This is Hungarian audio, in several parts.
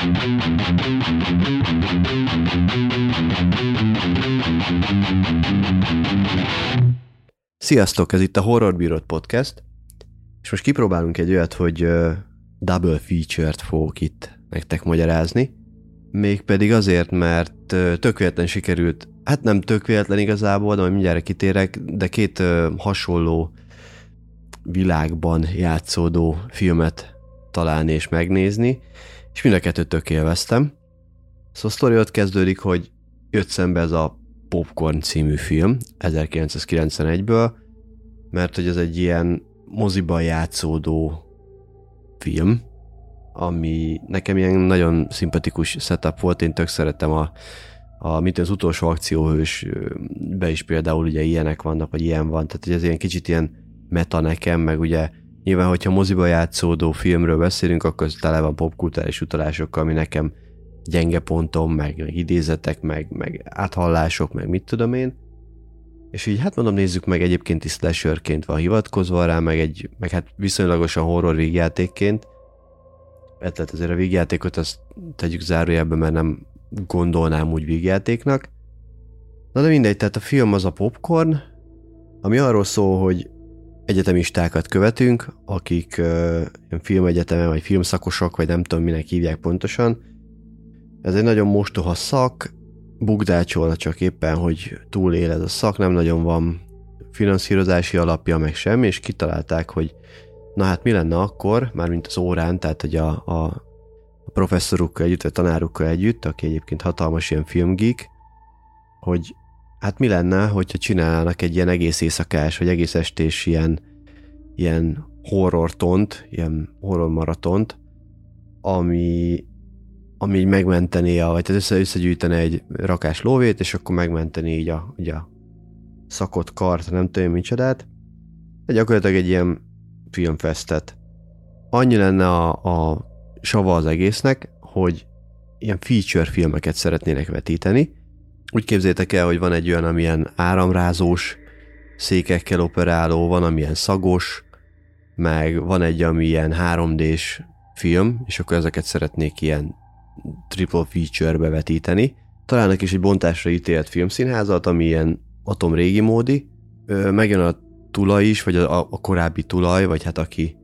Sziasztok, ez itt a Horror Bírod Podcast, és most kipróbálunk egy olyat, hogy double feature-t fogok itt nektek magyarázni, mégpedig azért, mert tök véletlen sikerült, hát nem tök véletlen igazából, de majd mindjárt kitérek, de két hasonló világban játszódó filmet találni és megnézni, és mind a kettőt tök élveztem. Szóval a sztori ott kezdődik, hogy jött szembe ez a Popcorn című film 1991-ből, mert hogy ez egy ilyen moziban játszódó film, ami nekem ilyen nagyon szimpatikus setup volt, én tök szeretem mint az utolsó akcióhősbe is például ugye ilyenek vannak, vagy ilyen van, tehát hogy ez ilyen kicsit ilyen meta nekem, meg ugye nyilván, hogyha moziban játszódó filmről beszélünk, akkor tele van popkulturális utalásokkal, ami nekem gyenge pontom, meg idézetek, meg áthallások, meg mit tudom én. És így hát mondom, nézzük meg, egyébként is slasherként van hivatkozva rá, meg hát viszonylagosan horror vígjátékként. Tehát azért a vígjátékot azt tegyük zárójelbe, mert nem gondolnám úgy vígjátéknak. Na de mindegy, tehát a film az a Popcorn, ami arról szól, hogy egyetemistákat követünk, akik filmegyetemen, vagy filmszakosok, vagy nem tudom minek hívják pontosan. Ez egy nagyon mostoha szak, bukdácsolna csak éppen, hogy túlél ez a szak, nem nagyon van finanszírozási alapja, meg semmi, és kitalálták, hogy na hát mi lenne akkor, mármint az órán, tehát hogy a professzorukkal együtt, vagy tanárukkal együtt, aki egyébként hatalmas ilyen filmgeek, hogy hát mi lenne, hogyha csinálnának egy ilyen egész éjszakás, vagy egész estés ilyen horrortont, ilyen horrormaratont, ami így megmentené, vagy összegyűjtene egy rakás lóvét, és akkor megmenteni így a szakott kart, nem tudom micsodát. De gyakorlatilag egy ilyen filmfestet. Annyi lenne a sava az egésznek, hogy ilyen feature filmeket szeretnének vetíteni. Úgy képzétek el, hogy van egy olyan, amilyen áramrázós székekkel operáló, van amilyen szagos, meg van egy, ami ilyen 3D-s film, és akkor ezeket szeretnék ilyen triple feature-be vetíteni. Találnak is egy bontásra ítélt filmszínházat, ami ilyen atomrégi módi. Megjön a tulaj is, vagy a korábbi tulaj, vagy hát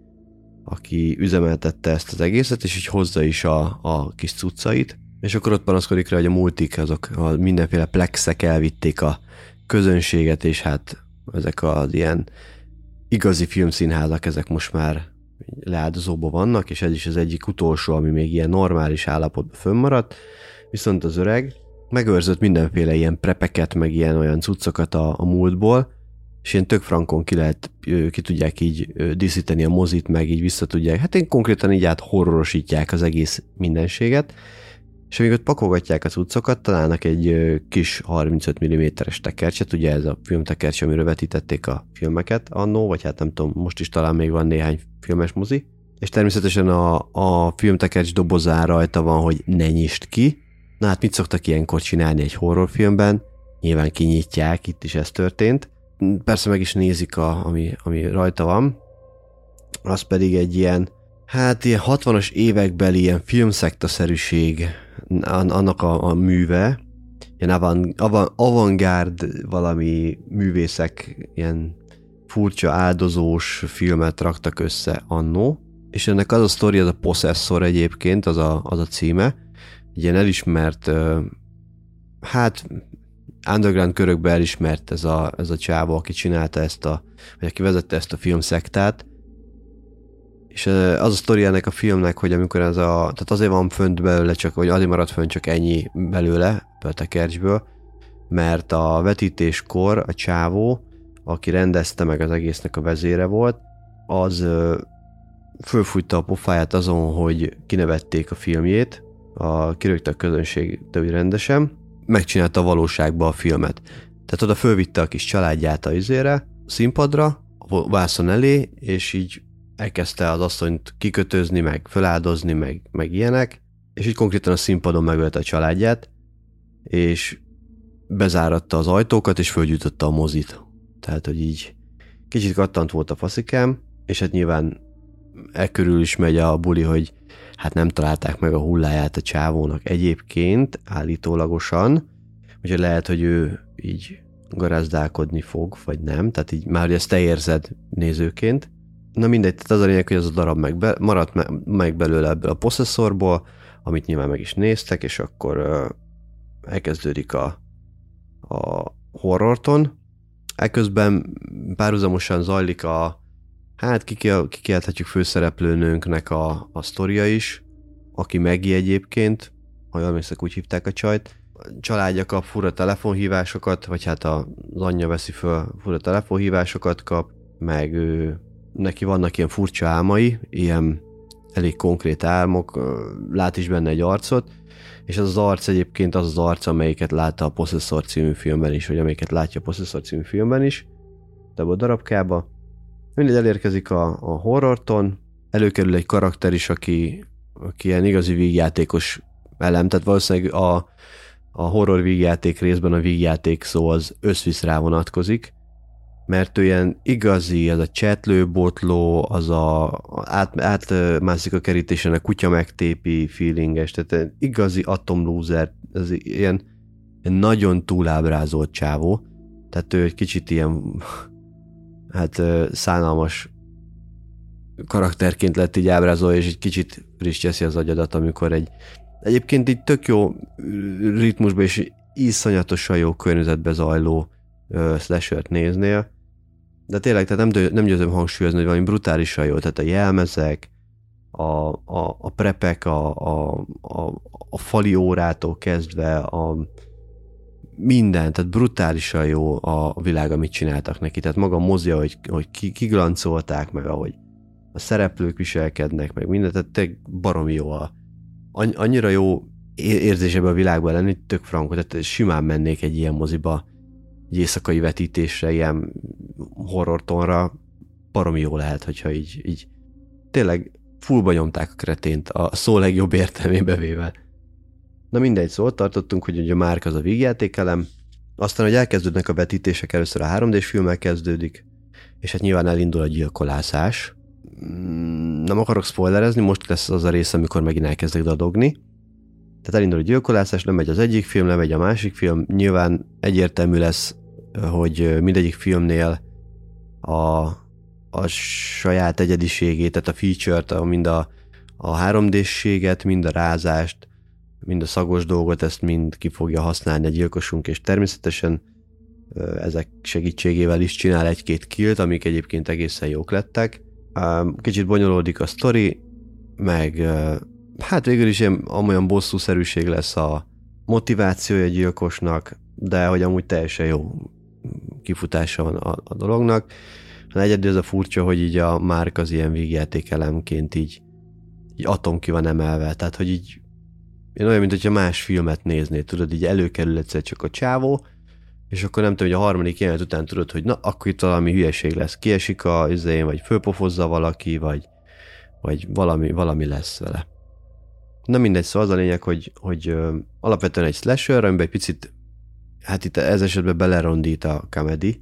aki üzemeltette ezt az egészet, és így hozza is a kis cuccait. És akkor ott panaszkodik rá, hogy a multik, azok a mindenféle plexek elvitték a közönséget, és hát ezek az ilyen igazi filmszínházak, ezek most már leáldozóban vannak, és ez is az egyik utolsó, ami még ilyen normális állapotban fönnmaradt, viszont az öreg megőrzött mindenféle ilyen prepeket, meg ilyen olyan cuccokat a múltból, és ilyen tök frankon ki tudják így díszíteni a mozit, meg így vissza tudják, hát én konkrétan így horrorosítják az egész mindenséget, és amíg ott pakolgatják a cuccokat, találnak egy kis 35 mm-es tekercset, ugye ez a filmtekercs, amiről vetítették a filmeket annó, vagy hát nem tudom, most is talán még van néhány filmes mozi, és természetesen a filmtekercs dobozán rajta van, hogy ne nyisd ki. Na hát mit szoktak ilyenkor csinálni egy horrorfilmben? Nyilván kinyitják, itt is ez történt. Persze meg is nézik, ami rajta van. Az pedig egy ilyen, hát ilyen 60-as évekbeli ilyen filmszektaszerűség, annak a műve, ilyen avantgárd valami művészek, ilyen furcsa áldozós filmet raktak össze annó, és ennek az a sztori, az a Possessor egyébként, az a címe, egy ilyen elismert, hát underground körökben elismert ez a csávó, aki csinálta vagy aki vezette ezt a filmszektát, és az a sztori ennek a filmnek, hogy amikor tehát azért van fönt belőle, vagy azért maradt fönt csak ennyi belőle, a tekercsből, mert a vetítéskor a csávó, aki rendezte meg az egésznek a vezére volt, az fölfújta a pofáját azon, hogy kinevették a filmjét, kirögte a közönség többi rendesen, megcsinálta a valóságba a filmet. Tehát oda fölvitte a kis családját a színpadra, a vászon elé, és így elkezdte az asszonyt kikötözni, meg feláldozni, meg ilyenek, és így konkrétan a színpadon megölte a családját, és bezáratta az ajtókat, és fölgyújtotta a mozit. Tehát, hogy így kicsit kattant volt a faszikám, és hát nyilván ekkörül is megy a buli, hogy hát nem találták meg a hulláját a csávónak egyébként, állítólagosan, úgyhogy lehet, hogy ő így garázdálkodni fog, vagy nem, tehát így már ezt te érzed nézőként. Na mindegy, tehát az a lényeg, hogy az a darab maradt meg belőle ebből a possessorból, amit nyilván meg is néztek, és akkor elkezdődik a horrorton. Eközben párhuzamosan zajlik hát kikiálthatjuk főszereplőnőnknek a sztoria is, aki Maggie egyébként, ha jól emlékszek, úgy hívták a csajt. A családja kap fura telefonhívásokat, vagy hát az anyja veszi föl, fura telefonhívásokat kap, meg neki vannak ilyen furcsa álmai, ilyen elég konkrét álmok, lát is benne egy arcot, és az arc egyébként az arc, amelyiket látta a Possessor című filmben is, vagy amelyiket látja a Possessor című filmben is, de a darabkába. Mindegy, elérkezik a horrorton, előkerül egy karakter is, aki ilyen igazi vígjátékos elem, tehát valószínűleg a horror vígjáték részben a vígjáték szó az összvisz rá vonatkozik, mert ő ilyen igazi, az a csetlőbotló, az átmászik a kerítésen, a kutya megtépi feelinges, tehát igazi atomlúzer, ez ilyen nagyon túlábrázolt csávó, tehát ő egy kicsit ilyen hát szánalmas karakterként lett így ábrázolva, és egy kicsit friss teszi az agyadat, amikor egyébként így tök jó ritmusban és iszonyatosan jó környezetbe zajló slashert néznél, de tényleg tehát nem győzöm hangsúlyozni, hogy valami brutálisan jó, tehát a jelmezek, a prepek, a fali órától kezdve, minden, tehát brutálisan jó a világ, amit csináltak neki, tehát maga a mozi, hogy kiglancolták, meg ahogy a szereplők viselkednek, meg minden, tehát baromi jó annyira jó érzésebe a világban lenni, tök frankó, tehát simán mennék egy ilyen moziba, egy éjszakai vetítésre, ilyen horrortonra, baromi jó lehet, hogyha így tényleg fullba nyomták a kretént, a szó legjobb értelmébe véve. Na mindegy, szóval tartottunk, hogy ugye Mark az a vígjátékelem, aztán, hogy elkezdődnek a vetítések, először a 3D-s filmmel kezdődik, és hát nyilván elindul a gyilkolászás. Nem akarok spoilerezni, most lesz az a rész, amikor megint elkezdek dadogni. Tehát elindul a gyilkolászás, nem megy az egyik film, nem megy a másik film. Nyilván egyértelmű lesz, hogy mindegyik filmnél a saját egyediségét, tehát a feature-t, mind a 3D-sséget, mind a rázást, mind a szagos dolgot, ezt mind ki fogja használni a gyilkosunk, és természetesen ezek segítségével is csinál egy-két killt, amik egyébként egészen jók lettek. Kicsit bonyolódik a sztori, meg hát végül is olyan bosszúszerűség lesz a motivációja a gyilkosnak, de hogy amúgy teljesen jó kifutása van a dolognak. Egyedül ez a furcsa, hogy így a Mark az ilyen vígjátékelemként így atom ki van emelve, tehát hogy így olyan, mint hogyha más filmet néznél, tudod, így előkerül egyszer csak a csávó, és akkor nem tudom, hogy a harmadik jelenet után tudod, hogy na, akkor itt valami hülyeség lesz, kiesik a izén, vagy fölpofozza valaki, vagy valami lesz vele. Na mindegy, szóval az a lényeg, hogy alapvetően egy slasher, amiben egy picit, hát itt ez esetben belerondít a comedy,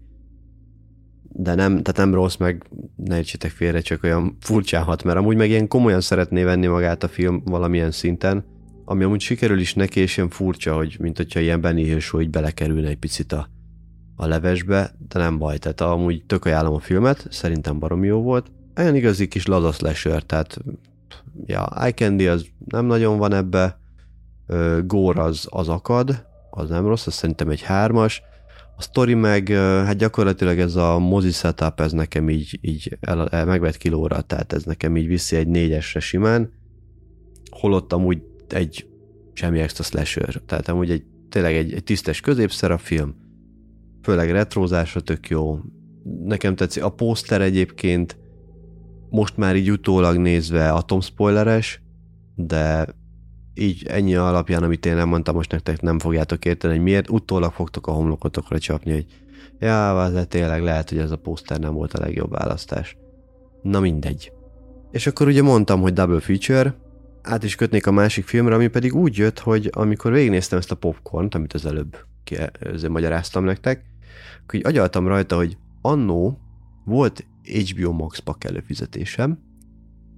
de tehát nem rossz, meg ne értsétek félre, csak olyan furcsán hat, mert amúgy meg ilyen komolyan szeretné venni magát a film valamilyen szinten, ami amúgy sikerül is neki, és ilyen furcsa, hogy mint hogyha ilyen Benny Hill így belekerülne egy picit a levesbe, de nem baj, tehát amúgy tök ajánlom a filmet, szerintem baromi jó volt. Olyan igazi kis laza slasher, tehát ja, Eye Candy az nem nagyon van ebbe, Gore az akad, az nem rossz, az szerintem egy 3-as, a sztori meg, hát gyakorlatilag ez a mozi setup, ez nekem így megvett kilóra, tehát ez nekem így viszi egy 4-esre simán, holott amúgy egy semmi extra slasher, tehát amúgy tényleg egy tisztes középszer a film, főleg retrózásra tök jó, nekem tetszik, a pószter egyébként most már így utólag nézve atomspoileres, de így ennyi alapján, amit én nem mondtam, most nektek nem fogjátok érteni, hogy miért, utólag fogtok a homlokotokra csapni, hogy ja, tényleg lehet, hogy ez a pószter nem volt a legjobb választás. Na mindegy. És akkor ugye mondtam, hogy double feature, át is kötnék a másik filmre, ami pedig úgy jött, hogy amikor végignéztem ezt a Popcornt, amit az előbb magyaráztam nektek, akkor így agyaltam rajta, hogy annó volt HBO Max pak előfizetésem,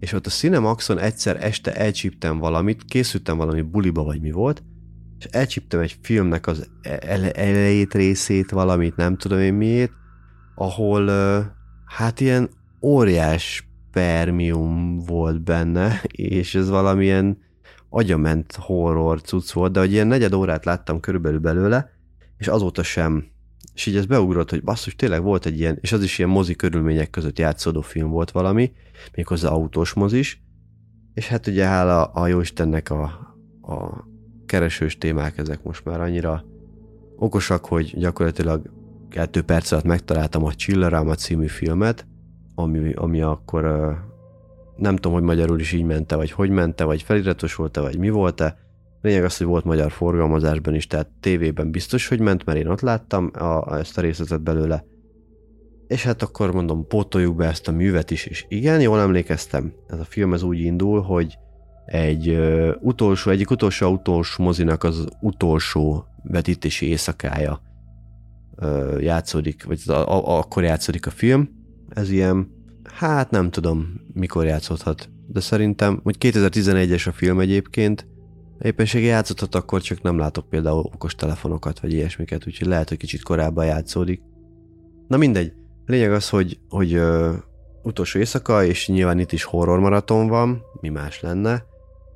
és ott a Cinemaxon egyszer este elcsíptem valamit, készültem valami buliba, vagy mi volt, és elcsíptem egy filmnek az elejét, részét, valamit, nem tudom én miért, ahol hát ilyen óriás spermium volt benne, és ez valamilyen agyament horror cucc volt, de hogy ilyen negyed órát láttam körülbelül belőle, és azóta sem. És így ez beugrott, hogy basszus, tényleg volt egy ilyen, és az is ilyen mozi körülmények között játszódó film volt valami, méghozzá autós mozis, és hát ugye hála a Jóistennek a keresős témák ezek most már annyira okosak, hogy gyakorlatilag 2 perc alatt megtaláltam a Chillerama című filmet, ami akkor nem tudom, hogy magyarul is így mente, vagy hogy mente, vagy feliratos volt-e, vagy mi volt-e. Lényeg az, hogy volt magyar forgalmazásban is, tehát tévében biztos, hogy ment, mert én ott láttam ezt a részletet belőle. És hát akkor mondom, pótoljuk be ezt a művet is, és igen, jól emlékeztem. Ez a film ez úgy indul, hogy egyik utolsó autós mozinak az utolsó vetítési éjszakája játszódik, vagy akkor játszódik a film. Ez ilyen, hát nem tudom, mikor játszódhat, de szerintem, hogy 2011-es a film egyébként, éppenséggel játszódhat akkor, csak nem látok például okos telefonokat, vagy ilyesmiket, úgyhogy lehet, hogy kicsit korábban játszódik. Na mindegy, a lényeg az, hogy utolsó éjszaka, és nyilván itt is horror maraton van, mi más lenne.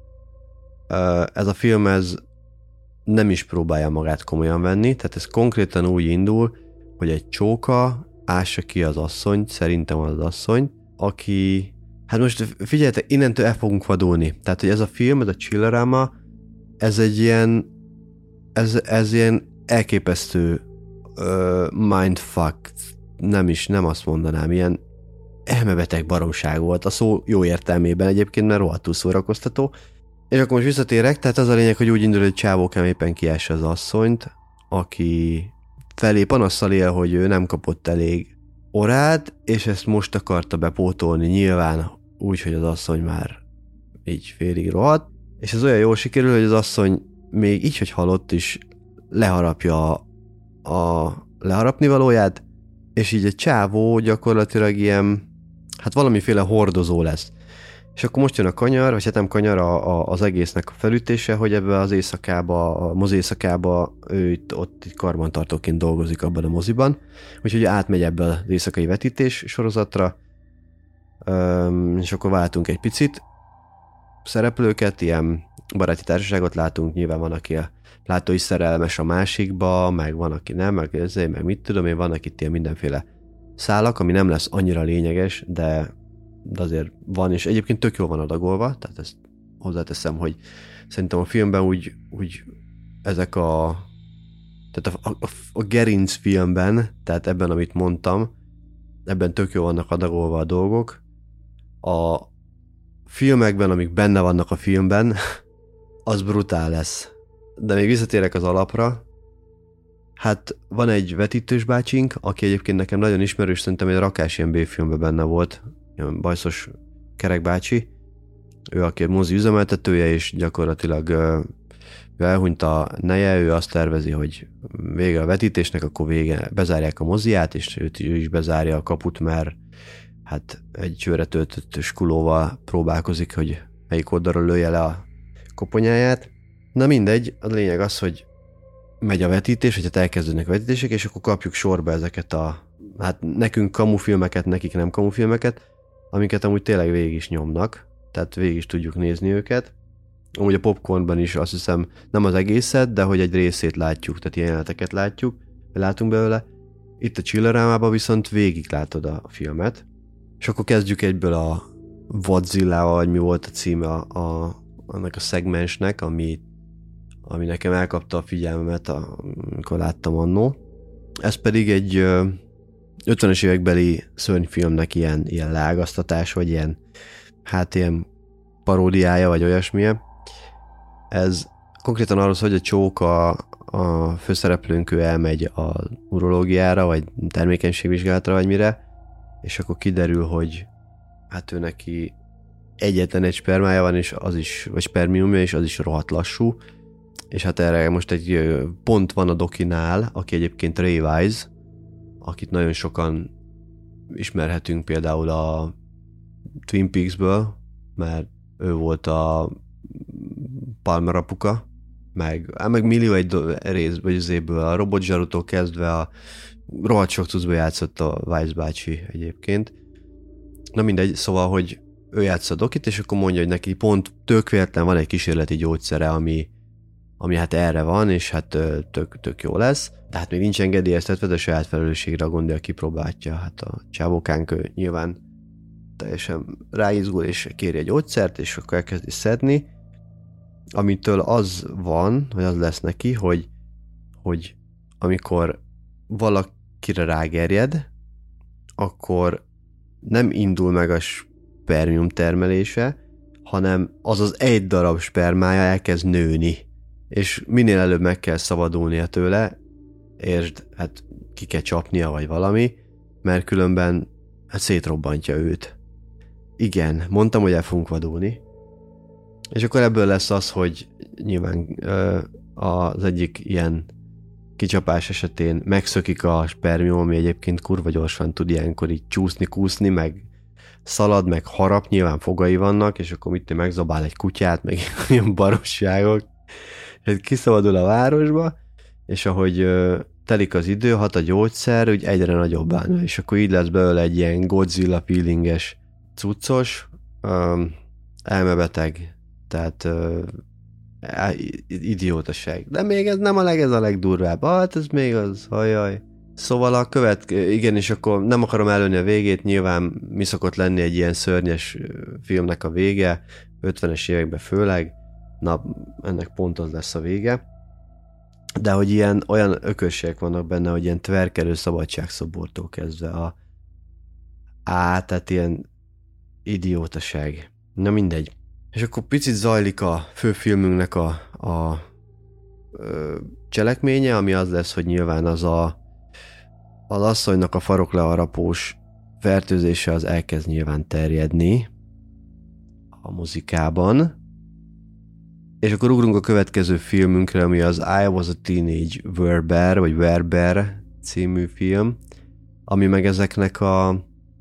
Ez a film, ez nem is próbálja magát komolyan venni, tehát ez konkrétan úgy indul, hogy egy csóka ássa ki az asszonyt, szerintem az asszony, aki... Hát most figyeljetek, innentől el fogunk vadulni. Tehát, hogy ez a film, ez a Chillerama, ez egy ilyen... Ez ilyen elképesztő mindfuck, nem azt mondanám, ilyen elmebeteg baromság volt, a szó jó értelmében egyébként, mert rohadtul szórakoztató. És akkor most visszatérek, tehát az a lényeg, hogy úgy indul, hogy csávókám éppen kiássa az asszonyt, aki felé panasszal él, hogy ő nem kapott elég orát, és ezt most akarta bepótolni nyilván úgy, hogy az asszony már így félig rohadt, és ez olyan jól sikerül, hogy az asszony még így, hogy halott is leharapja a leharapnivalóját, és így egy csávó gyakorlatilag ilyen, hát valamiféle hordozó lesz. És akkor most jön a kanyar, vagy hát nem kanyar, az egésznek a felütése, hogy ebbe az éjszakába, a mozi éjszakába ő ott karbantartóként dolgozik abban a moziban, úgyhogy átmegy ebbe az éjszakai vetítés sorozatra, és akkor váltunk egy picit szereplőket, ilyen baráti társaságot látunk, nyilván van, aki a látói szerelmes a másikba, meg van, aki nem, meg mit tudom én, vannak itt ilyen mindenféle szálak, ami nem lesz annyira lényeges, de azért van, és egyébként tök jól van adagolva, tehát ezt hozzáteszem, hogy szerintem a filmben úgy ezek tehát a Gerinc filmben, tehát ebben, amit mondtam, ebben tök jól vannak adagolva a dolgok. A filmekben, amik benne vannak a filmben, az brutál lesz. De még visszatérek az alapra. Hát van egy vetítős bácsink, aki egyébként nekem nagyon ismerős, szerintem egy rakás ilyen B-filmben benne volt, ilyen bajszos kerekbácsi. Ő aki a mozi üzemeltetője, és gyakorlatilag ő elhunyt a neje, ő azt tervezi, hogy vége a vetítésnek, akkor bezárják a moziát, és ő is bezárja a kaput, mert hát egy csőre töltött skulóval próbálkozik, hogy melyik oldalról lője le a koponyáját. Na mindegy, a lényeg az, hogy megy a vetítés, hogy hát elkezdődnek a vetítések, és akkor kapjuk sorba ezeket hát nekünk kamufilmeket, nekik nem kamufilmeket, amiket amúgy tényleg végig is nyomnak, tehát végig is tudjuk nézni őket. Amúgy a Popcornban is azt hiszem nem az egészet, de hogy egy részét látjuk, tehát ilyen jeleneteket látunk belőle. Itt a Chillerama-ban viszont végig látod a filmet, és akkor kezdjük egyből a Godzilla-val, vagy mi volt a címe annak a szegmensnek, ami nekem elkapta a figyelmemet, amikor láttam annó. Ez pedig egy 50-es évekbeli szörnyfilmnek ilyen leágaztatás, vagy ilyen paródiája, vagy olyasmilyen. Ez konkrétan arról szól, hogy a csóka, a főszereplőnk, ő elmegy a urológiára, vagy termékenységvizsgálatra, vagy mire, és akkor kiderül, hogy hát ő neki egyetlen egy spermája van, és az is, vagy spermiumja, és az is rohadt lassú, és hát erre most egy pont van a dokinál, aki egyébként Ray Wise, akit nagyon sokan ismerhetünk például a Twin Peaksből, mert ő volt a Palmer apuka, meg millió egy rész, vagy az évből, a Robot Zsarutól kezdve a rohadt sok cuccba játszott a Weiss bácsi egyébként. Na mindegy, szóval, hogy ő játsza a Dokit, és akkor mondja, hogy neki pont tök véletlen van egy kísérleti gyógyszere, ami hát erre van, és hát tök jó lesz. De hát még nincs engedélyeztetve, de saját felelősségre gondolja, kipróbálja. Hát a csávókánk nyilván teljesen ráizgul, és kéri egy gyógyszert, és akkor elkezdi szedni, amitől az van, vagy az lesz neki, hogy amikor valakire rágerjed, akkor nem indul meg a spermium termelése, hanem az egy darab spermája elkezd nőni, és minél előbb meg kell szabadulnia tőle, értsd, hát ki kell csapnia, vagy valami, mert különben hát szétrobbantja őt. Igen, mondtam, hogy el fogunk vadulni. És akkor ebből lesz az, hogy nyilván az egyik ilyen kicsapás esetén megszökik a spermium, ami egyébként kurva gyorsan tud ilyenkor így csúszni, kúszni, meg szalad, meg harap, nyilván fogai vannak, és akkor mit megzabál egy kutyát, meg ilyen barosságok. És kiszabadul a városba, és ahogy telik az idő, hat a gyógyszer, úgy egyre nagyobbá nő, és akkor így lesz belőle egy ilyen Godzilla peelinges cuccos, elmebeteg, tehát idiótaság. De még ez nem ez a legdurvább. Hát ez még az, hajjaj. Szóval igen, és akkor nem akarom előni a végét, nyilván mi szokott lenni egy ilyen szörnyes filmnek a vége, 50-es években főleg, na, ennek pont az lesz a vége. De hogy olyan ökösségek vannak benne, hogy ilyen tverkelő szabadságszobortól kezdve tehát ilyen idiótaság. Na mindegy. És akkor picit zajlik a főfilmünknek a cselekménye, ami az lesz, hogy nyilván az asszonynak a farokleharapós fertőzése az elkezd nyilván terjedni a muzikában. És akkor ugrunk a következő filmünkre, ami az I Was a Teenage Werber, vagy Werber című film, ami meg ezeknek a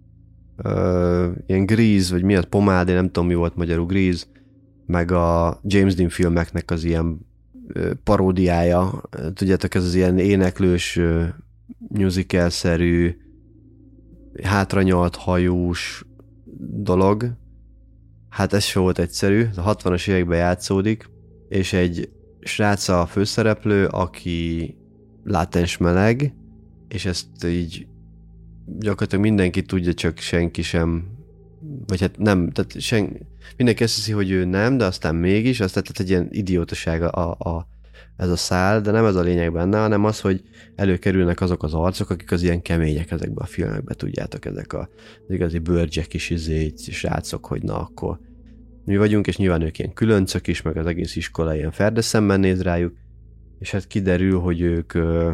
ilyen Grease, vagy mi az, pomád, én nem tudom mi volt magyarul, Grease, meg a James Dean filmeknek az ilyen paródiája, tudjátok, ez az ilyen éneklős, musical-szerű, hátranyalt hajós dolog. Hát ez se volt egyszerű, a 60-as években játszódik, és egy srác a főszereplő, aki látens meleg, és ezt így gyakorlatilag mindenki tudja, csak senki sem, vagy hát nem, tehát mindenki azt hiszi, hogy ő nem, de aztán mégis, aztán tehát egy ilyen idiótaság ez a szál, de nem ez a lényeg benne, hanem az, hogy előkerülnek azok az arcok, akik az ilyen kemények ezekben a filmekben, tudjátok, ezek az igazi bőrcsek is srácok, hogy na akkor mi vagyunk, és nyilván ők ilyen különcök is, meg az egész iskola ilyen ferdeszemben néz rájuk, és hát kiderül, hogy ők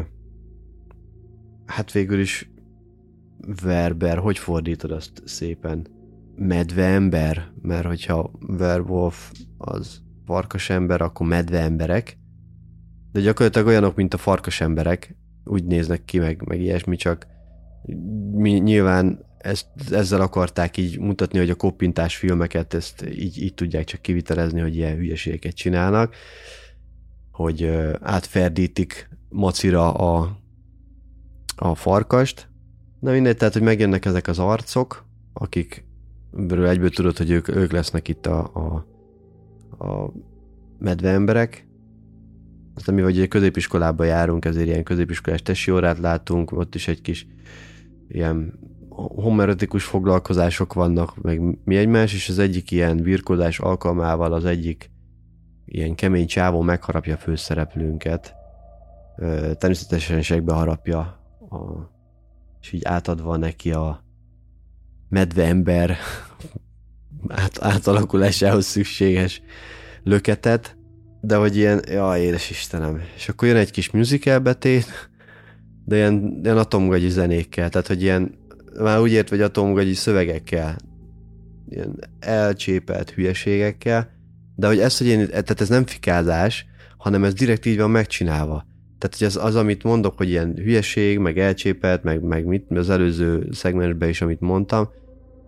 hát végül is Werber, hogy fordítod azt szépen? Medveember, mert hogyha werewolf az farkasember, akkor medveemberek, de gyakorlatilag olyanok, mint a farkasemberek, úgy néznek ki, meg ilyesmi, csak nyilván ezzel akarták így mutatni, hogy a koppintás filmeket ezt így tudják csak kivitelezni, hogy ilyen hülyeségeket csinálnak, hogy átferdítik macira a farkast. Na mindegy, tehát, hogy megjönnek ezek az arcok, akikről egyből tudod, hogy ők lesznek itt a medveemberek. Aztán mi vagy egy középiskolában járunk, ezért ilyen középiskolás tesi órát látunk, ott is egy kis ilyen homoerotikus foglalkozások vannak, meg mi egymás, és az egyik ilyen virkodás alkalmával az egyik ilyen kemény csávó megharapja a főszereplőnket. Természetesen segbe harapja, és így átadva neki a medveember átalakulásához szükséges löketet, de hogy ilyen, jaj, édes Istenem. És akkor jön egy kis musical betét, de ilyen atomgagyi zenékkel, tehát hogy ilyen, már úgy ért, vagy atomgagyi szövegekkel, ilyen elcsépelt hülyeségekkel, de hogy ez, hogy tehát ez nem fikázás, hanem ez direkt így van megcsinálva. Tehát, hogy az, amit mondok, hogy ilyen hülyeség, meg elcsépelt, meg mit, az előző szegmensben is, amit mondtam,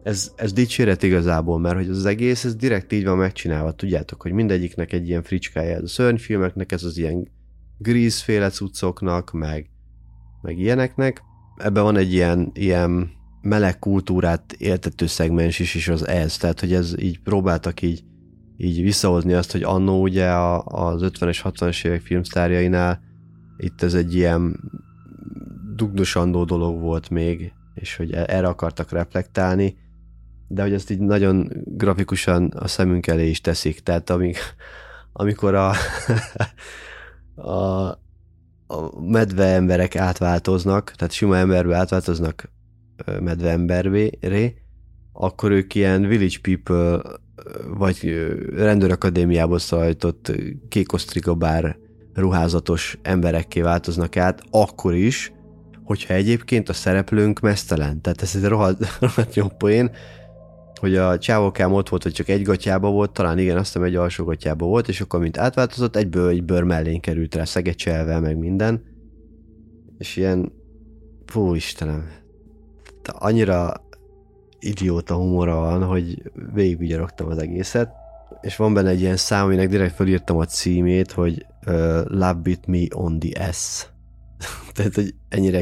ez dicséret igazából, mert hogy az egész, ez direkt így van megcsinálva. Tudjátok, hogy mindegyiknek egy ilyen fricskája. A szörnyfilmeknek ez az ilyen Grease-féle cuccoknak, meg ilyeneknek. Ebben van egy ilyen meleg kultúrát éltető szegmens is az ez. Tehát, hogy ez így próbáltak így visszahozni azt, hogy annó ugye az 50-es, 60-es évek filmsztárjainál itt ez egy ilyen dugdosandó dolog volt még, és hogy erre akartak reflektálni, de hogy ezt így nagyon grafikusan a szemünk elé is teszik. Tehát amikor a medve emberek átváltoznak, tehát sima emberbe átváltoznak medve emberré, akkor ők ilyen Village People vagy rendőrakadémiából szállított kékosztrigabár ruházatos emberekké változnak át, akkor is, hogyha egyébként a szereplőnk meztelen. Tehát ez egy rohadt jó poén, hogy a csávókám ott volt, hogy csak egy gatyába volt, talán igen, azt hiszem egy alsó gatyába volt, és akkor mint átváltozott, egyből egy bőr mellén került rá szegecselve, meg minden. És ilyen, fú Istenem, annyira idióta humora van, hogy végigvigyarogtam az egészet, és van benne egy ilyen szám, aminek direkt felírtam a címét, hogy Love Bit Me on the S. Tehát, hogy ennyire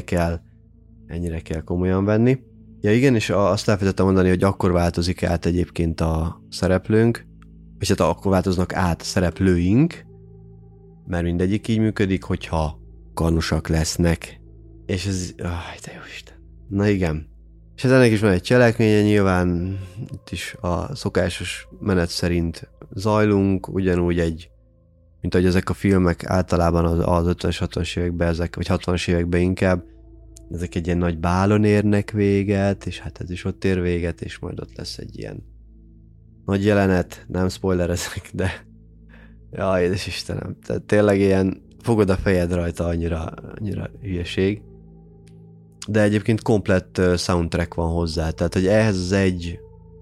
kell komolyan venni. Ja igen, és azt elfelejtettem mondani, hogy akkor változik át egyébként a szereplőnk, és hát akkor változnak át a szereplőink, mert mindegyik így működik, hogyha karnusak lesznek. És ez... de jó Isten. Na igen. És ennek is van egy cselekménye, nyilván itt is a szokásos menet szerint zajlunk, ugyanúgy mint ahogy ezek a filmek általában az 50-es, 60-as években, vagy 60-as években inkább, ezek egy ilyen nagy bálon érnek véget, és hát ez is ott ér véget, és majd ott lesz egy ilyen nagy jelenet, nem spoilerezek, de jaj, édes Istenem, tehát tényleg ilyen fogod a fejed rajta, annyira hülyeség. De egyébként komplett soundtrack van hozzá, tehát hogy ehhez az egy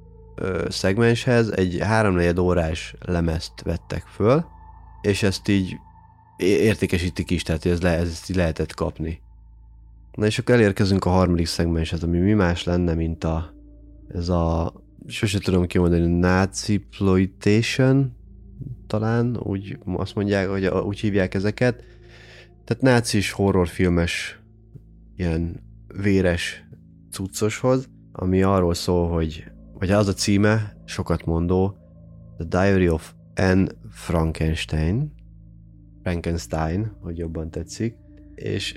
szegmenshez egy 3-4 órás lemezt vettek föl, és ezt így értékesítik is, tehát ezt így lehetett kapni. Na és akkor elérkezünk a harmadik szegmenshez, ami mi más lenne, mint ez a sose tudom kimondani, Nazi-ploitation, talán, úgy azt mondják, hogy úgy hívják ezeket. Tehát nácis horrorfilmes ilyen véres cuccoshoz, ami arról szól, vagy az a címe, sokat mondó, The Diary of Anne Frankenstein, hogy jobban tetszik, és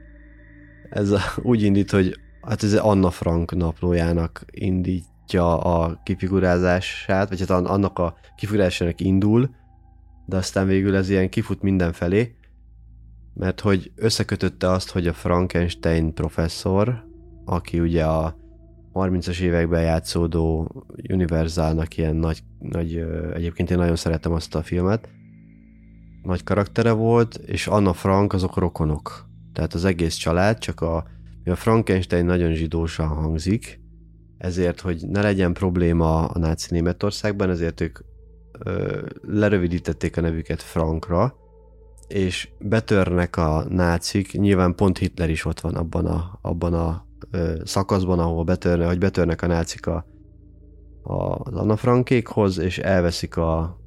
ez úgy indít, hogy hát ez Anna Frank naplójának indítja a kifigurázását, vagy hát annak a kifigurázásának indul, de aztán végül ez ilyen kifut mindenfelé, mert hogy összekötötte azt, hogy a Frankenstein professzor, aki ugye a 30-as években játszódó Universalnak ilyen nagy egyébként én nagyon szeretem azt a filmet, nagy karaktere volt, és Anna Frank azok rokonok. Tehát az egész család, csak a Frankenstein nagyon zsidósan hangzik, ezért, hogy ne legyen probléma a náci Németországban, ezért ők lerövidítették a nevüket Frankra, és betörnek a nácik, nyilván pont Hitler is ott van abban a szakaszban, ahol betörnek a nácik az Anna Frankékhoz, és elveszik a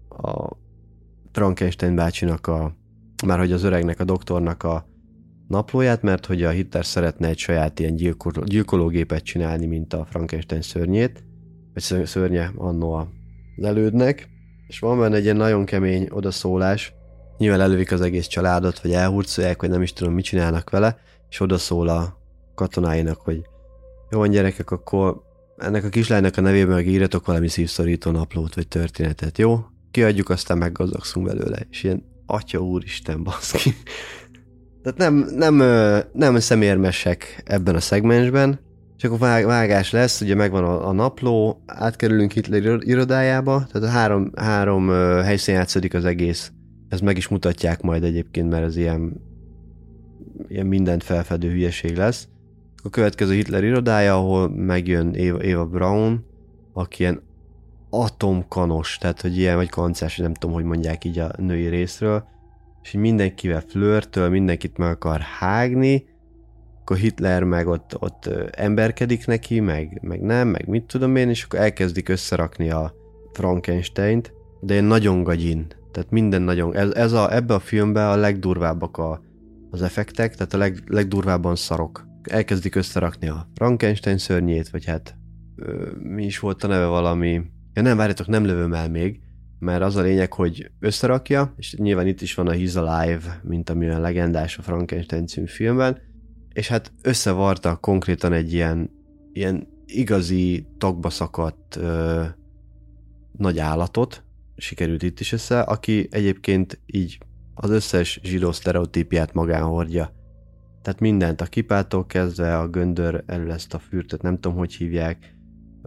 Frankenstein bácsinak már hogy az öregnek, a doktornak a naplóját, mert hogy a Hitler szeretne egy saját ilyen gyilkológépet csinálni, mint a Frankenstein szörnyét, vagy szörnye annó az elődnek, és van benne egy ilyen nagyon kemény odaszólás, nyilván elővik az egész családot, vagy elhurcolják, vagy nem is tudom, mit csinálnak vele, és odaszól a katonáinak, hogy jó van gyerekek, akkor ennek a kislánynak a nevében meg írjatok valami szívszorító naplót, vagy történetet, jó? Kiadjuk, aztán meggazdagszunk belőle, és ilyen atya úristen, baszki. Tehát nem szemérmesek ebben a szegmensben, csak a vágás lesz, ugye megvan a napló, átkerülünk Hitler irodájába, tehát a három helyszín játszódik az egész. Ezt meg is mutatják majd egyébként, mert ez ilyen mindent felfedő hülyeség lesz. A következő Hitler irodája, ahol megjön Eva Braun, aki ilyen atomkanos, tehát hogy ilyen vagy kancás, nem tudom, hogy mondják így a női részről, és mindenkivel flörtöl, mindenkit meg akar hágni, akkor Hitler meg ott emberkedik neki, meg nem, meg mit tudom én, és akkor elkezdik összerakni a Frankensteint, de én nagyon gagyin, tehát minden nagyon, ebbe a filmbe a legdurvábbak az effektek, tehát a legdurvábban szarok. Elkezdik összerakni a Frankenstein szörnyét, vagy hát mi is volt a neve valami, ja nem, várjatok, nem lövöm el még, mert az a lényeg, hogy összerakja, és nyilván itt is van a He's Alive, mint amilyen legendás a Frankenstein című filmben, és hát összevarta konkrétan egy ilyen igazi tagba szakadt nagy állatot, sikerült itt is össze, aki egyébként így az összes zsidó sztereotípiát magán hordja. Tehát mindent, a kipától kezdve, a göndör elől ezt a fürtöt, nem tudom, hogy hívják,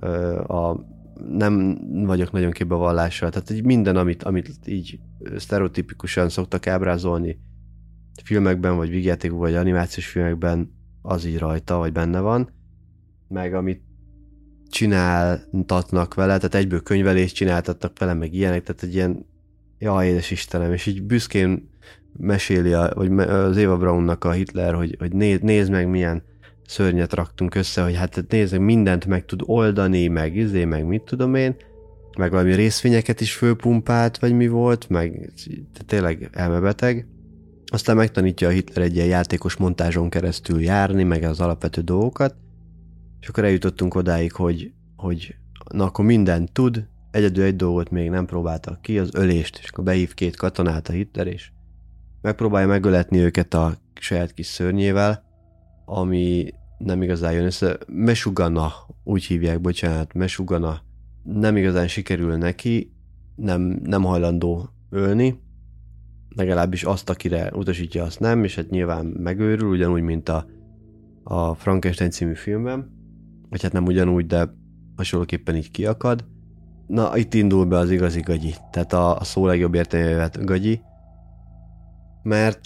nem vagyok nagyon képbe vallással, tehát így minden, amit így sztereotipikusan szoktak ábrázolni filmekben, vagy vígjátékokban, vagy animációs filmekben, az így rajta, vagy benne van, meg amit csináltatnak vele, tehát egyből könyvelést csináltatnak vele, meg ilyenek, tehát egy ilyen, jaj, édes Istenem, és így büszkén meséli az Eva Braunnak a Hitler, hogy nézd meg, milyen szörnyet raktunk össze, hogy hát nézd meg, mindent meg tud oldani, meg mit tudom én, meg valami részvényeket is fölpumpált, vagy mi volt, meg tényleg elmebeteg. Aztán megtanítja a Hitler egy ilyen játékos montázson keresztül járni, meg az alapvető dolgokat, és akkor eljutottunk odáig, hogy na akkor mindent tud, egyedül egy dolgot még nem próbáltak ki, az ölést, és akkor behív 2 katonát a Hitler, és megpróbálja megöletni őket a saját kis szörnyével, ami nem igazán jön össze. Meshuggah, úgy hívják, bocsánat, Meshuggah, nem igazán sikerül neki, nem hajlandó ölni, legalábbis azt, akire utasítja, azt nem, és hát nyilván megőrül, ugyanúgy, mint a Frankenstein című filmben, vagy hát nem ugyanúgy, de hasonlóképpen így kiakad. Na, itt indul be az igazi gagyi, tehát a szó legjobb értelmében gagyi, mert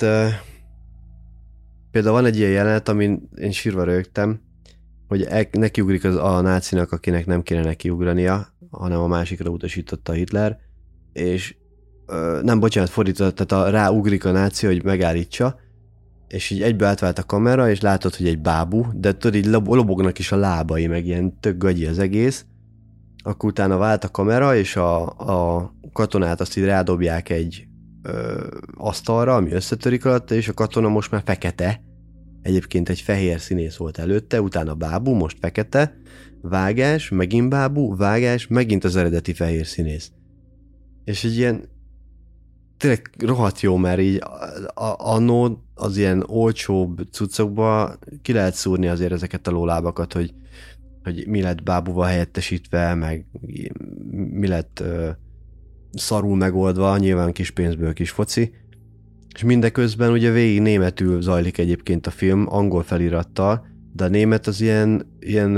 például van egy ilyen jelenet, amin én sírva rögtem, hogy nekiugrik a nácinak, akinek nem kéne nekiugrania, hanem a másikra utasította Hitler, és nem, bocsánat, fordított, tehát ráugrik a náci, hogy megállítsa, és így egybe átvált a kamera, és látod, hogy egy bábú, de tudod, így lobognak is a lábai, meg ilyen tök gagyi az egész, akkor utána vált a kamera, és a katonát azt így rádobják egy asztalra, ami összetörik alatta, és a katona most már fekete. Egyébként egy fehér színész volt előtte, utána bábú, most fekete, vágás, megint bábú, vágás, megint az eredeti fehér színész. És egy ilyen tényleg rohadt jó, mert így annó az ilyen olcsóbb cuccokba ki lehet szúrni azért ezeket a lólábakat, hogy mi lett bábúval helyettesítve, meg mi lett szarul megoldva, nyilván kis pénzből kis foci. És mindeközben ugye végig németül zajlik egyébként a film, angol felirattal, de a német az ilyen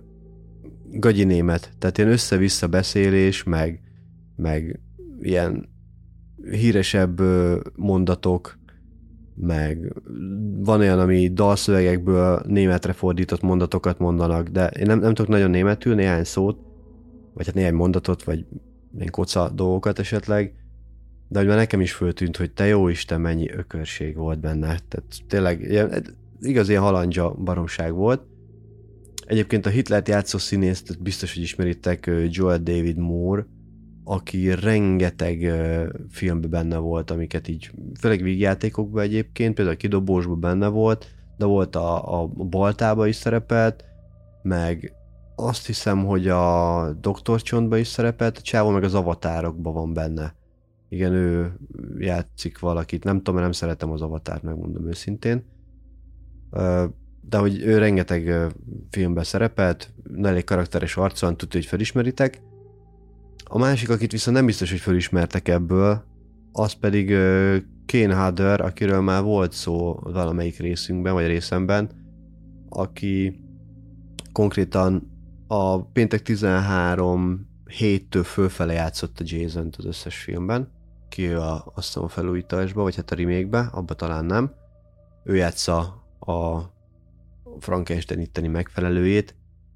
gagyi német, tehát ilyen össze-vissza beszélés, meg ilyen híresebb mondatok, meg van olyan, ami dalszövegekből németre fordított mondatokat mondanak, de én nem tudok nagyon németül, néhány szót, vagy hát néhány mondatot, vagy ilyen koca dolgokat esetleg, de hogy már nekem is föltűnt, hogy te jó Isten, mennyi ökörség volt benne. Tehát tényleg igaz ilyen halandzsa baromság volt. Egyébként a Hitlert játszó színészt biztos, hogy ismeritek, Joel David Moore, aki rengeteg filmben benne volt, amiket így, főleg vígjátékokban egyébként, például a Kidobósban benne volt, de volt a Baltában is szerepelt, meg azt hiszem, hogy a Dr. Csontban is szerepelt, a csávó meg az Avatárokban van benne. Igen, ő játszik valakit, nem tudom, mert nem szeretem az Avatárt, megmondom őszintén. De hogy ő rengeteg filmben szerepelt, elég karakteres arcon, tudja, hogy felismeritek. A másik, akit viszont nem biztos, hogy felismertek ebből, az pedig Kane Hodder, akiről már volt szó valamelyik részünkben, vagy részemben, aki konkrétan a Péntek 13 héttől fölfele játszott a Jason-t az összes filmben, ki azt hiszem a felújításba, vagy hát a remake-be, abba talán nem. Ő játsza a Frankenstein itteni megfelelőjét.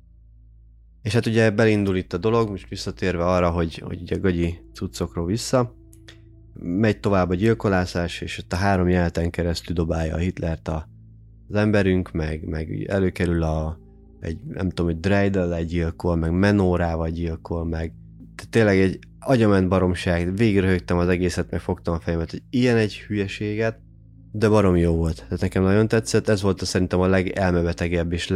És hát ugye belindul itt a dolog, most visszatérve arra, hogy ugye gagyi cuccokról vissza, megy tovább a gyilkolászás, és ott a 3 jeleneten keresztül dobálja a Hitlert az emberünk, meg előkerül egy, nem tudom, hogy Dreidel gyilkol, meg Menorával gyilkol, meg tehát tényleg egy agyament baromság, végigröhögtem az egészet, meg fogtam a fejemet, hogy ilyen egy hülyeséget, de baromi jó volt. Tehát nekem nagyon tetszett, ez volt szerintem a legelmebetegebb és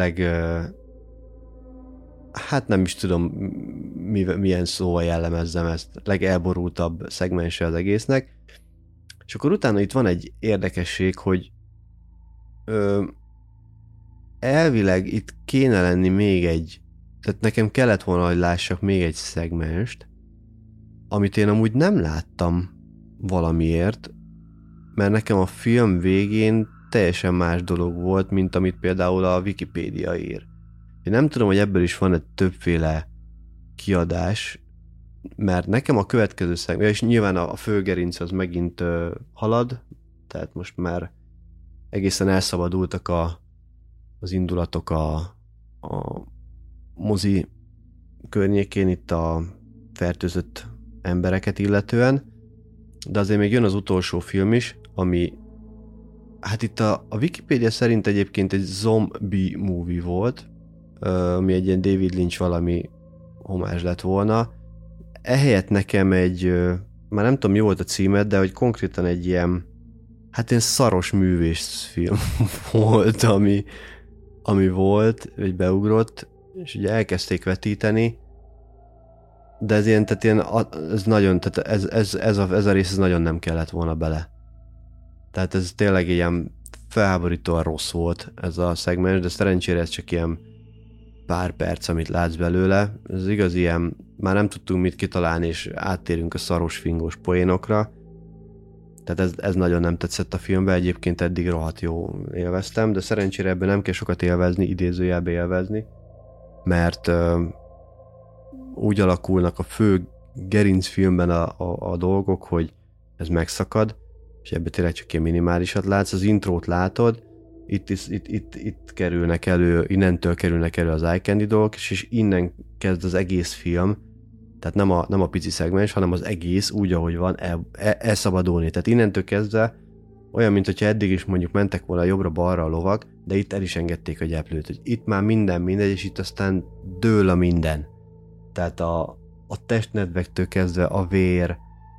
hát nem is tudom milyen szóval jellemezzem ezt, legelborultabb szegmense az egésznek. És akkor utána itt van egy érdekesség, hogy elvileg itt kéne lenni még egy, tehát nekem kellett volna, hogy lássak még egy szegmenst, amit én amúgy nem láttam valamiért, mert nekem a film végén teljesen más dolog volt, mint amit például a Wikipédia ír. Én nem tudom, hogy ebből is van egy többféle kiadás, mert nekem a következő szegmens, és nyilván a főgerinc az megint halad, tehát most már egészen elszabadultak az indulatok a mozi környékén itt a fertőzött embereket illetően, de azért még jön az utolsó film is, ami hát itt a Wikipédia szerint egyébként egy zombie movie volt, ami egy ilyen David Lynch valami homázs lett volna. Ehelyett nekem már nem tudom mi volt a címed, de hogy konkrétan egy ilyen, hát ilyen szaros művészfilm volt, ami volt, vagy beugrott, és ugye elkezdték vetíteni, de ez ilyen, tehát ilyen, ez nagyon, tehát ez a rész ez nagyon nem kellett volna bele. Tehát ez tényleg ilyen felháborítóan rossz volt ez a szegmens, de szerencsére ez csak ilyen pár perc, amit látsz belőle. Ez igaz ilyen, már nem tudtunk mit kitalálni, és áttérünk a szaros fingós poénokra. Tehát ez nagyon nem tetszett a filmben, egyébként eddig rohadt jó élveztem, de szerencsére ebben nem kell sokat élvezni, idézőjelbe élvezni, mert úgy alakulnak a fő gerinc filmben a dolgok, hogy ez megszakad, és ebben tényleg csak ilyen minimálisat látsz, az intrót látod, itt kerülnek elő, innentől kerülnek elő az eye candy dolgok, és innen kezd az egész film, tehát nem a pici szegmens, hanem az egész úgy, ahogy van, elszabadulni. Tehát innentől kezdve olyan, mint hogyha eddig is mondjuk mentek volna jobbra-balra a lovak, de itt el is engedték a gyeplőt, hogy itt már minden mindegy, és itt aztán dől a minden. Tehát a testnedvektől kezdve a vér,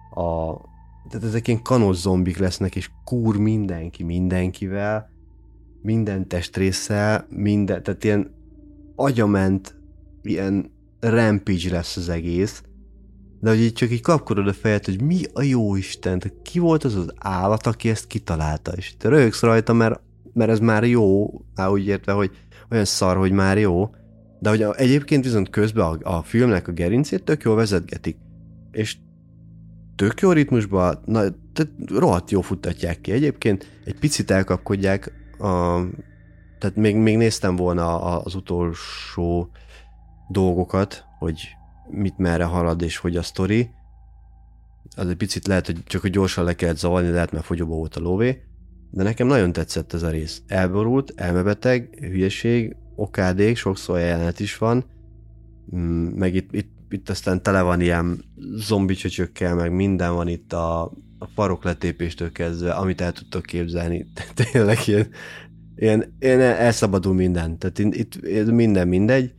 tehát ezek ilyen kanos zombik lesznek, és kúr mindenki mindenkivel, minden testrésszel, tehát ilyen agyament, ilyen rampage lesz az egész, de hogy így csak így kapkodod a fejed, hogy mi a jó Isten, tehát ki volt az az állat, aki ezt kitalálta, és te röhögsz rajta, mert ez már jó, úgy értve, hogy olyan szar, hogy már jó, de hogy egyébként viszont közben a filmnek a gerincét tök jól vezetgetik, és tök jó ritmusban, tehát rohadt jó futtatják ki. Egyébként egy picit elkapkodják, tehát még néztem volna az utolsó dolgokat, hogy mit merre halad és hogy a sztori. Az egy picit lehet, hogy csak hogy gyorsan le kellett zavarni, lehet, mert fogyóba volt a lóvé, de nekem nagyon tetszett ez a rész. Elborult, elmebeteg, hülyeség, okádék, sokszor jelenet is van, meg itt aztán tele van ilyen zombi csöcsökkel, meg minden van itt a farokletépéstől kezdve, amit el tudtok képzelni. Tényleg ilyen elszabadul minden. Tehát itt minden mindegy.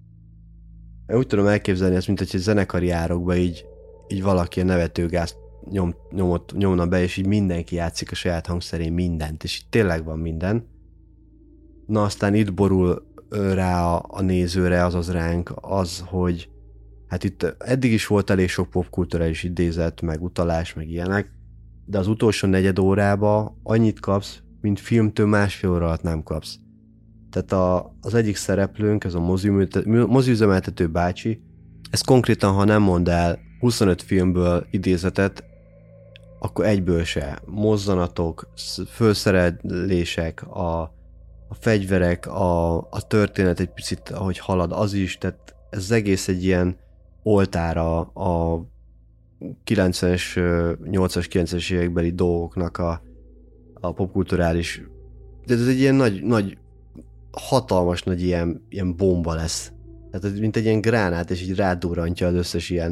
Én úgy tudom elképzelni ezt, mint hogy zenekari árokba így valaki a nevetőgázt nyomna be, és így mindenki játszik a saját hangszerén mindent, és itt tényleg van minden. Na aztán itt borul rá a nézőre, azaz ránk az, hogy hát itt eddig is volt elég sok popkulturális idézet, meg utalás, meg ilyenek, de az utolsó negyed órába annyit kapsz, mint filmtől másfél óra alatt nem kapsz. Tehát az egyik szereplőnk, ez a moziüzemeltető bácsi, ez konkrétan, ha nem mond el 25 filmből idézetet, akkor egyből se. Mozzanatok, fölszerelések, a fegyverek, a történet egy picit, ahogy halad, az is, tehát ez az egész egy ilyen oltára a 90-es, 80-as, 90-es évekbeli dolgoknak a popkulturális, de ez egy ilyen nagy hatalmas nagy ilyen bomba lesz. Tehát ez mint egy ilyen gránát, és így rádurrantja az összes ilyen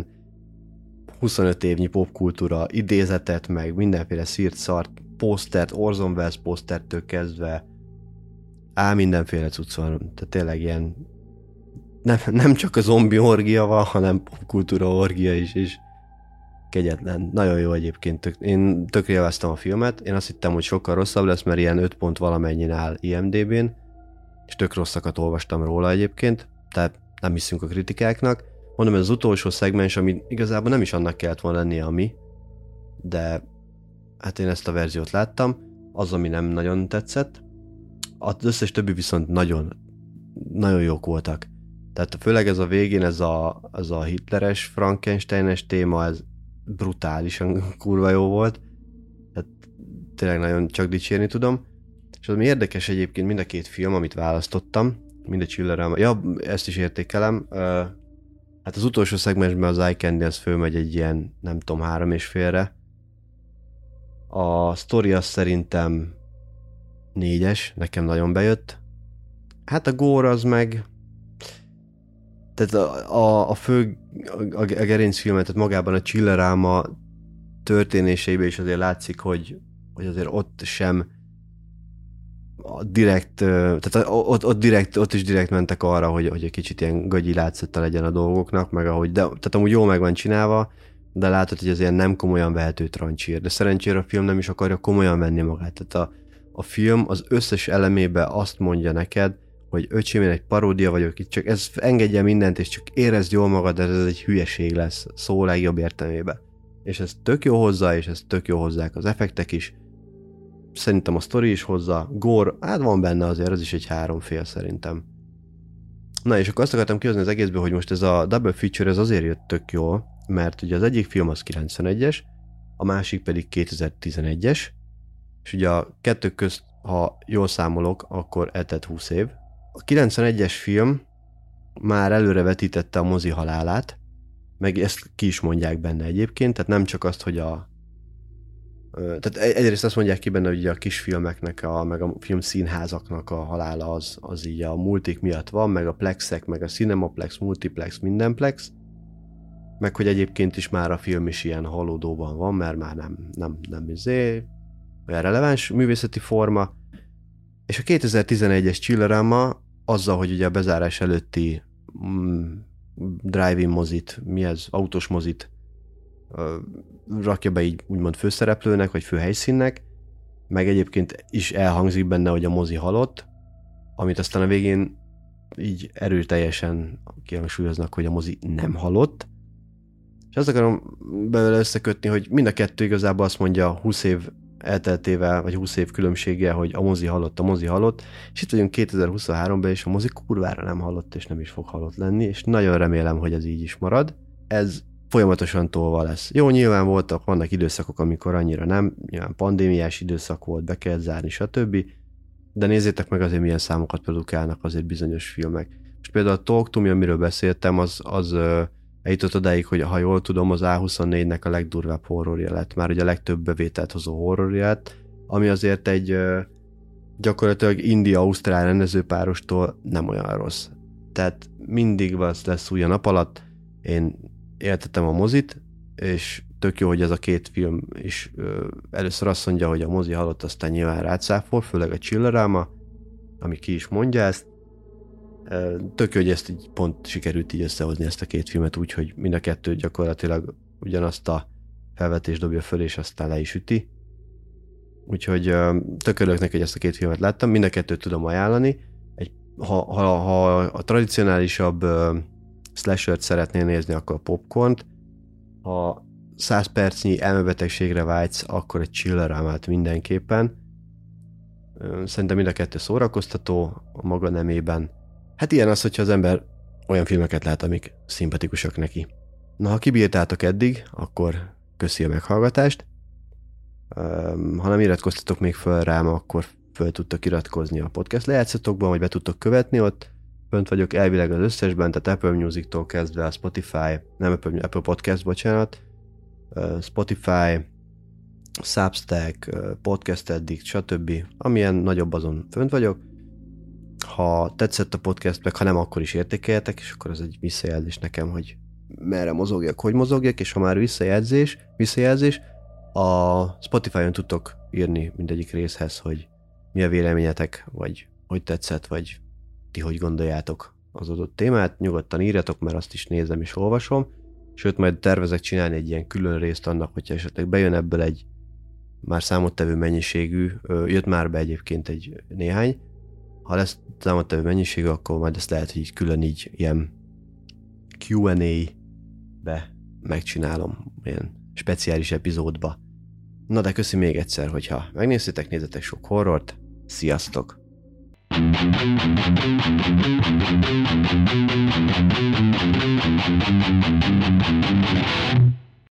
25 évnyi popkultúra idézetet, meg mindenféle szírt szart, posztert, Orson Welles posztertől kezdve, mindenféle cucc van. Tehát tényleg ilyen nem csak a zombi orgia van, hanem popkultúra orgia is, és kegyetlen. Nagyon jó egyébként. Én tökre élveztem a filmet. Én azt hittem, hogy sokkal rosszabb lesz, mert ilyen 5 pont valamennyin áll IMDb-n, és tök rosszakat olvastam róla egyébként, tehát nem hiszünk a kritikáknak. Mondom, ez az utolsó szegmens, ami igazából nem is annak kellett volna lennie, ami, de hát én ezt a verziót láttam, az, ami nem nagyon tetszett. Az összes többi viszont nagyon, nagyon jók voltak. Tehát főleg ez a végén, ez a hitleres, Frankensteines téma, ez brutálisan kurva jó volt. Tehát tényleg nagyon csak dicsérni tudom. És az, ami érdekes egyébként, mind a két film, amit választottam, mind a Chiller, ja, ezt is értékelem. Hát az utolsó szegmensben az Eye Candy az fölmegy egy ilyen, nem tudom, 3,5-re. A sztori az szerintem 4-es, nekem nagyon bejött. Hát a gore az meg... Tehát a fő, a gerincfilmet, tehát magában a Chiller történéseiben is azért látszik, hogy azért ott sem direkt, tehát ott is direkt mentek arra, hogy egy kicsit ilyen gagyi látszata legyen a dolgoknak, meg ahogy, tehát amúgy jól meg van csinálva, de látod, hogy ez ilyen nem komolyan vehető trancsír. De szerencsére a film nem is akarja komolyan venni magát. Tehát a film az összes elemében azt mondja neked, hogy öcsém, én egy paródia vagyok itt, csak ez engedje mindent, és csak érezd jól magad, ez egy hülyeség lesz, szó legjobb értelmében. És ez tök jó hozzá, és ez tök jó hozzák az effektek is. Szerintem a sztori is hozzá, gore, hát van benne azért, az is egy 3,5 szerintem. Na és akkor azt akartam kihozni az egészből, hogy most ez a double feature ez azért jött tök jól, mert ugye az egyik film az 91-es, a másik pedig 2011-es, és ugye a kettő közt, ha jól számolok, akkor eltelt 20 év. A 91-es film már előre vetítette a mozi halálát, meg ezt ki is mondják benne egyébként, tehát nem csak azt, hogy tehát egyrészt azt mondják ki benne, hogy a kisfilmeknek, meg a filmszínházaknak a halála az így a multik miatt van, meg a plexek, meg a Cinemaplex, Multiplex, mindenplex, meg hogy egyébként is már a film is ilyen halódóban van, mert már nem olyan releváns művészeti forma. És a 2011-es Chillerama azzal, hogy ugye a bezárás előtti drive-in mozit, mi ez, autós mozit rakja be így úgymond főszereplőnek, vagy főhelyszínnek, meg egyébként is elhangzik benne, hogy a mozi halott, amit aztán a végén így erőteljesen kihangsúlyoznak, hogy a mozi nem halott. És azt akarom belőle összekötni, hogy mind a kettő igazából azt mondja 20 év elteltével, vagy 20 év különbséggel, hogy a mozi halott, és itt vagyunk 2023-ban, és a mozi kurvára nem halott, és nem is fog halott lenni, és nagyon remélem, hogy ez így is marad. Ez folyamatosan tolva lesz. Jó, nyilván vannak időszakok, amikor annyira nem, nyilván pandémiás időszak volt, be kellett zárni, stb. De nézzétek meg azért, milyen számokat produkálnak azért bizonyos filmek. És például a Talk to Me, amiről beszéltem, az eljutott odáig, hogy ha jól tudom, az A24-nek a legdurvább horrorja lett, már ugye a legtöbb bevételt hozó horrorja lett, ami azért egy gyakorlatilag India-Ausztrál rendezőpárostól nem olyan rossz. Tehát mindig lesz új a nap alatt. Én éltettem a mozit, és tök jó, hogy ez a két film is először azt mondja, hogy a mozi halott, aztán nyilván rátszáfol, főleg a Chillerama, ami ki is mondja ezt. Tök jó, hogy ezt így pont sikerült így összehozni ezt a két filmet úgy, hogy mind a kettő gyakorlatilag ugyanazt a felvetést dobja föl, és aztán le is üti. Úgyhogy tök örülök neki, hogy ezt a két filmet láttam, mind a kettőt tudom ajánlani. Ha a tradicionálisabb slashert szeretnél nézni, akkor a Popcornt. Ha 100 percnyi elmebetegségre vágysz, akkor egy Chilleramát mindenképpen. Szerintem mind a kettő szórakoztató a maga nemében. Hát ilyen az, hogyha az ember olyan filmeket lát, amik szimpatikusak neki. Na, ha kibírtátok eddig, akkor köszi a meghallgatást. Ha nem iratkoztatok még föl rám, akkor föl tudtok iratkozni a podcast lejátszatokban, vagy be tudtok követni ott. Fönt vagyok elvileg az összesben, tehát Apple Music-tól kezdve a Spotify, nem Apple Podcast, bocsánat, Spotify, Substack, Podcast Addict, stb. Amilyen nagyobb, azon fönt vagyok. Ha tetszett a podcast, meg ha nem, akkor is értékeljetek, és akkor az egy visszajelzés nekem, hogy merre mozogjak, hogy mozogjak, és ha már visszajelzés, a Spotify-on tudtok írni mindegyik részhez, hogy mi a véleményetek, vagy hogy tetszett, vagy ti hogy gondoljátok az adott témát, nyugodtan írjatok, mert azt is nézem és olvasom, sőt majd tervezek csinálni egy ilyen külön részt annak, hogyha esetleg bejön ebből egy már számottevő mennyiségű, jött már be egyébként egy néhány, ha lesz számottevő mennyiségű, akkor majd ezt lehet, hogy így külön így ilyen Q&A-be megcsinálom, ilyen speciális epizódba. Na de köszi még egyszer, hogyha megnéztétek, nézzetek sok horrort, sziasztok! Thank you.